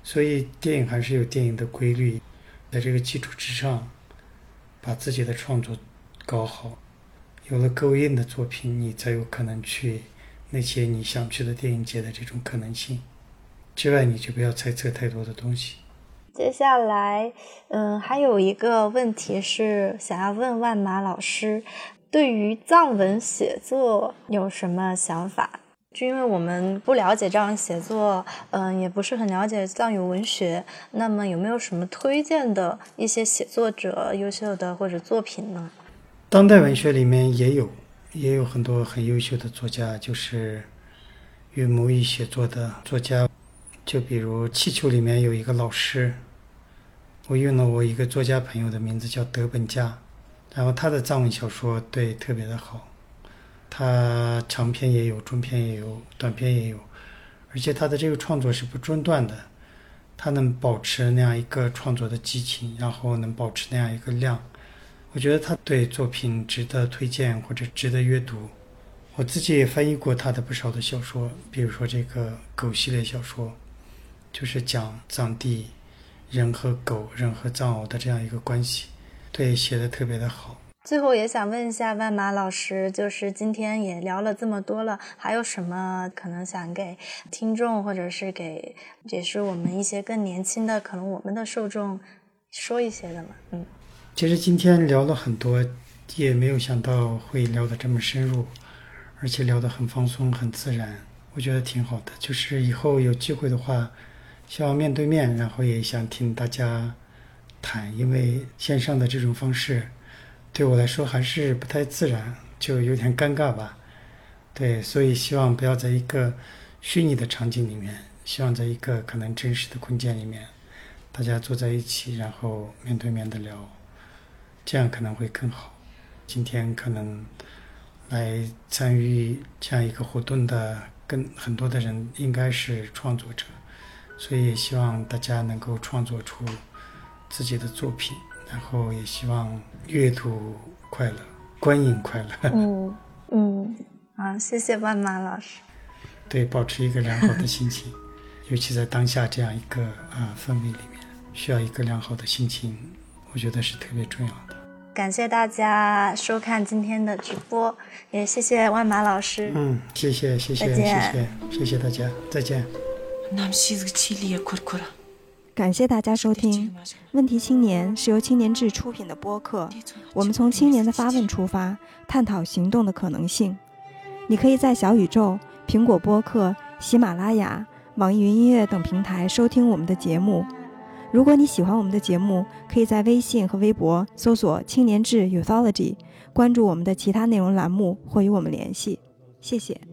[SPEAKER 1] 所以电影还是有电影的规律，在这个基础之上把自己的创作搞好，有了够硬的作品，你才有可能去那些你想去的电影节的这种可能性之外，你就不要猜测太多的东西。
[SPEAKER 2] 接下来嗯，还有一个问题是想要问万马老师，对于藏文写作有什么想法？就因为我们不了解藏文写作，嗯，也不是很了解藏语文学，那么有没有什么推荐的一些写作者优秀的或者作品呢？
[SPEAKER 1] 当代文学里面也有也有很多很优秀的作家，就是用母语写作的作家，就比如气球里面有一个老师，我用了我一个作家朋友的名字叫德本家，然后他的藏文小说对特别的好，他长篇也有，中篇也有，短篇也有，而且他的这个创作是不中断的，他能保持那样一个创作的激情，然后能保持那样一个量，我觉得他对作品值得推荐或者值得阅读。我自己也翻译过他的不少的小说，比如说这个狗系列小说，就是讲藏地人和狗、人和藏獒的这样一个关系，对，写得特别的好。
[SPEAKER 2] 最后也想问一下万马老师，就是今天也聊了这么多了，还有什么可能想给听众或者是给也是我们一些更年轻的可能我们的受众说一些的吗？嗯，
[SPEAKER 1] 其实今天聊了很多，也没有想到会聊得这么深入，而且聊得很放松很自然，我觉得挺好的。就是以后有机会的话希望面对面，然后也想听大家谈，因为线上的这种方式对我来说还是不太自然，就有点尴尬吧。对，所以希望不要在一个虚拟的场景里面，希望在一个可能真实的空间里面，大家坐在一起，然后面对面的聊，这样可能会更好。今天可能来参与这样一个活动的跟很多的人应该是创作者，所以也希望大家能够创作出自己的作品，然后也希望阅读快乐，观影快乐。
[SPEAKER 2] 嗯嗯，好，谢谢万马老师。
[SPEAKER 1] 对，保持一个良好的心情，尤其在当下这样一个啊氛围里面，需要一个良好的心情，我觉得是特别重要的。
[SPEAKER 2] 感谢大家收看今天的直播，也谢谢万马老师。
[SPEAKER 1] 嗯，谢谢谢谢谢谢谢谢大家，再见。
[SPEAKER 3] 感谢大家收听问题青年，是由青年志出品的播客，我们从青年的发问出发，探讨行动的可能性。你可以在小宇宙、苹果播客、喜马拉雅、网易云音乐等平台收听我们的节目。如果你喜欢我们的节目，可以在微信和微博搜索青年志 Youthology， 关注我们的其他内容栏目或与我们联系。谢谢。